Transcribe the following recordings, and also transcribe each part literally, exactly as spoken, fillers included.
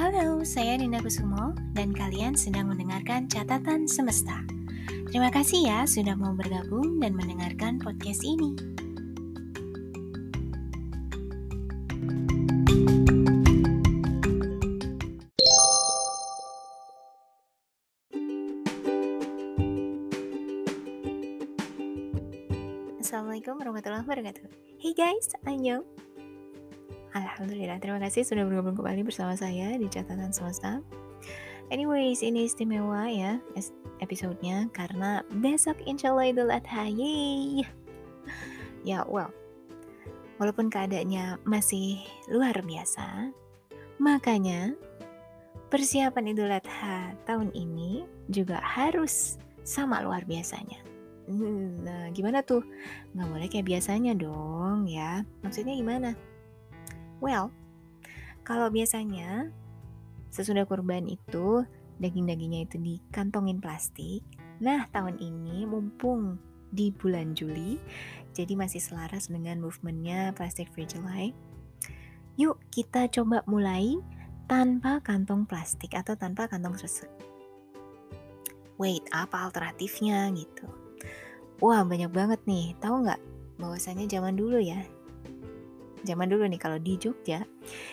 Halo, saya Dinda Kusumo dan kalian sedang mendengarkan Catatan Semesta. Terima kasih ya sudah mau bergabung dan mendengarkan podcast ini. Assalamualaikum warahmatullahi wabarakatuh. Hey guys, annyeong. Alhamdulillah, terima kasih sudah bergabung kembali bersama saya di Catatan Semesta. Anyways, ini istimewa ya episodenya karena besok insya Allah Idul Adha, yeay. Ya, well, walaupun keadaannya masih luar biasa, makanya persiapan Idul Adha tahun ini juga harus sama luar biasanya. Nah, gimana tuh? Nggak boleh kayak biasanya dong ya. Maksudnya gimana? Well, kalau biasanya sesudah kurban itu daging-dagingnya itu dikantongin plastik. Nah, tahun ini mumpung di bulan Juli, jadi masih selaras dengan movementnya Plastic Free July. Yuk kita coba mulai tanpa kantong plastik atau tanpa kantong kresek. Wait, apa alternatifnya gitu? Wah, banyak banget nih. Tahu nggak bahwasannya zaman dulu ya? Zaman dulu nih kalau di Jogja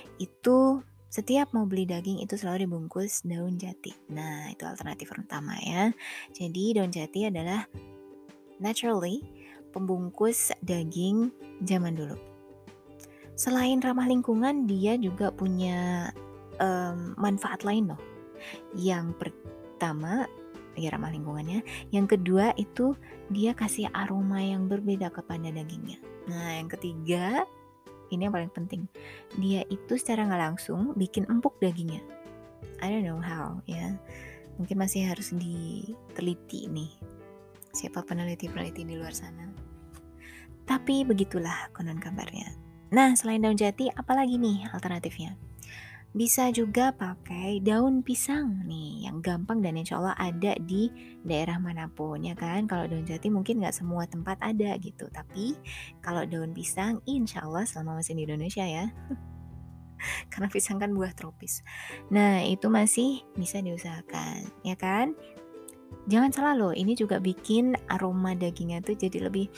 itu setiap mau beli daging itu selalu dibungkus daun jati. Nah, itu alternatif pertama ya. Jadi daun jati adalah naturally pembungkus daging zaman dulu. Selain ramah lingkungan, dia juga punya um, manfaat lain loh. Yang pertama, ya ramah lingkungannya. Yang kedua itu dia kasih aroma yang berbeda kepada dagingnya. Nah, yang ketiga, ini yang paling penting, dia itu secara nggak langsung bikin empuk dagingnya. I don't know how ya, mungkin masih harus diteliti nih siapa peneliti-peneliti di luar sana. Tapi begitulah konon kabarnya. Nah, selain daun jati, apalagi nih alternatifnya? Bisa juga pakai daun pisang nih, yang gampang dan insya Allah ada di daerah manapun ya kan. Kalau daun jati mungkin nggak semua tempat ada gitu, tapi kalau daun pisang insya Allah selama masih di Indonesia ya, karena pisang kan buah tropis. Nah, itu masih bisa diusahakan ya kan. Jangan salah loh, ini juga bikin aroma dagingnya tuh jadi lebih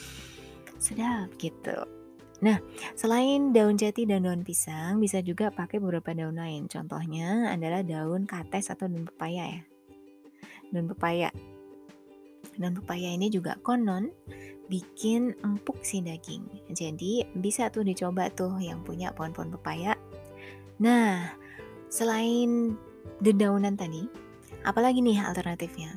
sedap gitu. Nah, selain daun jati dan daun pisang, bisa juga pakai beberapa daun lain. Contohnya adalah daun kates atau daun pepaya ya. Daun pepaya. Daun pepaya ini juga konon bikin empuk si daging. Jadi bisa tuh dicoba tuh yang punya pohon-pohon pepaya. Nah, selain dedaunan tadi, apalagi nih alternatifnya?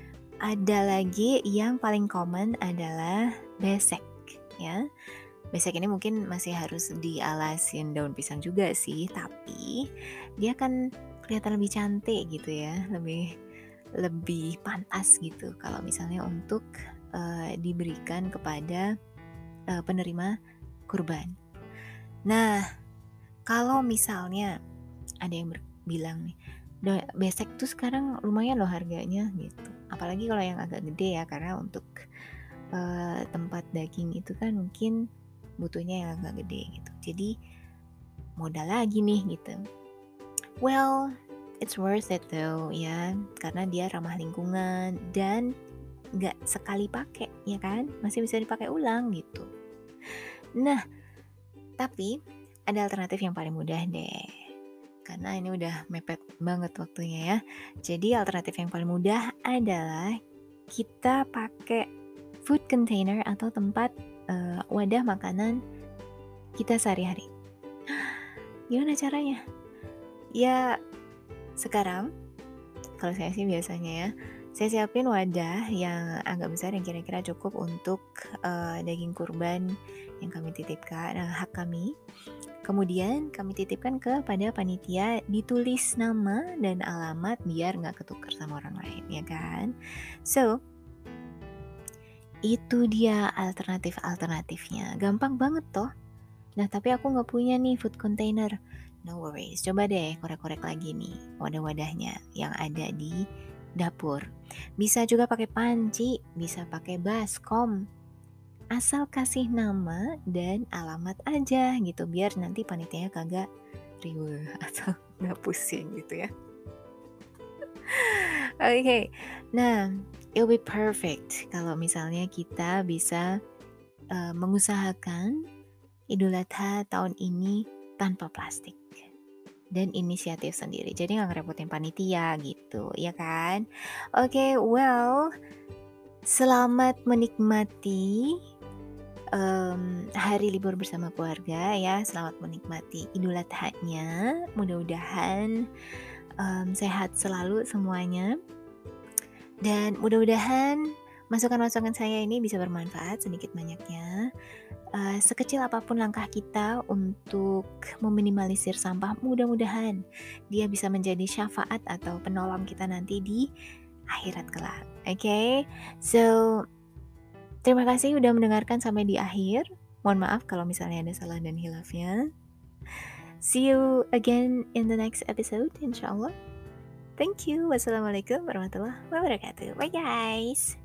Ada lagi yang paling common adalah besek ya. Besek ini mungkin masih harus dialasin daun pisang juga sih, tapi dia kan kelihatan lebih cantik gitu ya, lebih lebih pantas gitu kalau misalnya untuk uh, diberikan kepada uh, penerima kurban. Nah, kalau misalnya ada yang bilang nih, besek tuh sekarang lumayan loh harganya gitu. Apalagi kalau yang agak gede ya, karena untuk uh, tempat daging itu kan mungkin butuhnya yang agak gede gitu. Jadi modal lagi nih gitu. Well, it's worth it though ya, karena dia ramah lingkungan dan nggak sekali pakai ya kan, masih bisa dipakai ulang gitu. Nah, tapi ada alternatif yang paling mudah deh, karena ini udah mepet banget waktunya ya. Jadi alternatif yang paling mudah adalah kita pakai food container atau tempat uh, wadah makanan kita sehari-hari. Gimana caranya? Ya sekarang kalau saya sih biasanya ya, saya siapin wadah yang agak besar yang kira-kira cukup untuk uh, daging kurban yang kami titipkan, uh, hak kami. Kemudian kami titipkan kepada panitia, ditulis nama dan alamat biar nggak ketukar sama orang lain ya kan. So itu dia alternatif-alternatifnya, gampang banget toh. Nah, tapi aku nggak punya nih food container. No worries, coba deh korek-korek lagi nih wadah-wadahnya yang ada di dapur. Bisa juga pakai panci, bisa pakai baskom. Asal kasih nama dan alamat aja gitu, biar nanti panitianya kagak riweuh atau nggak pusing gitu ya. Oke, nah it'll be perfect kalau misalnya kita bisa, eee, mengusahakan Idul Adha tahun ini tanpa plastik dan inisiatif sendiri. Jadi nggak ngerepotin panitia gitu, ya kan? Oke, well, selamat menikmati, mmm, hari libur bersama keluarga ya, selamat menikmati Idul Adhanya, mudah-mudahan, mmm, sehat selalu semuanya. Dan mudah-mudahan masukan-masukan saya ini bisa bermanfaat sedikit banyaknya. Eee, sekecil apapun langkah kita untuk meminimalisir sampah, mudah-mudahan dia bisa menjadi syafaat atau penolong kita nanti di akhirat kelak, oke? So, terima kasih udah mendengarkan sampai di akhir. Mohon maaf kalau misalnya ada salah dan hilafnya. See you again in the next episode insyaallah. Thank you. Wassalamualaikum warahmatullahi wabarakatuh. Bye guys.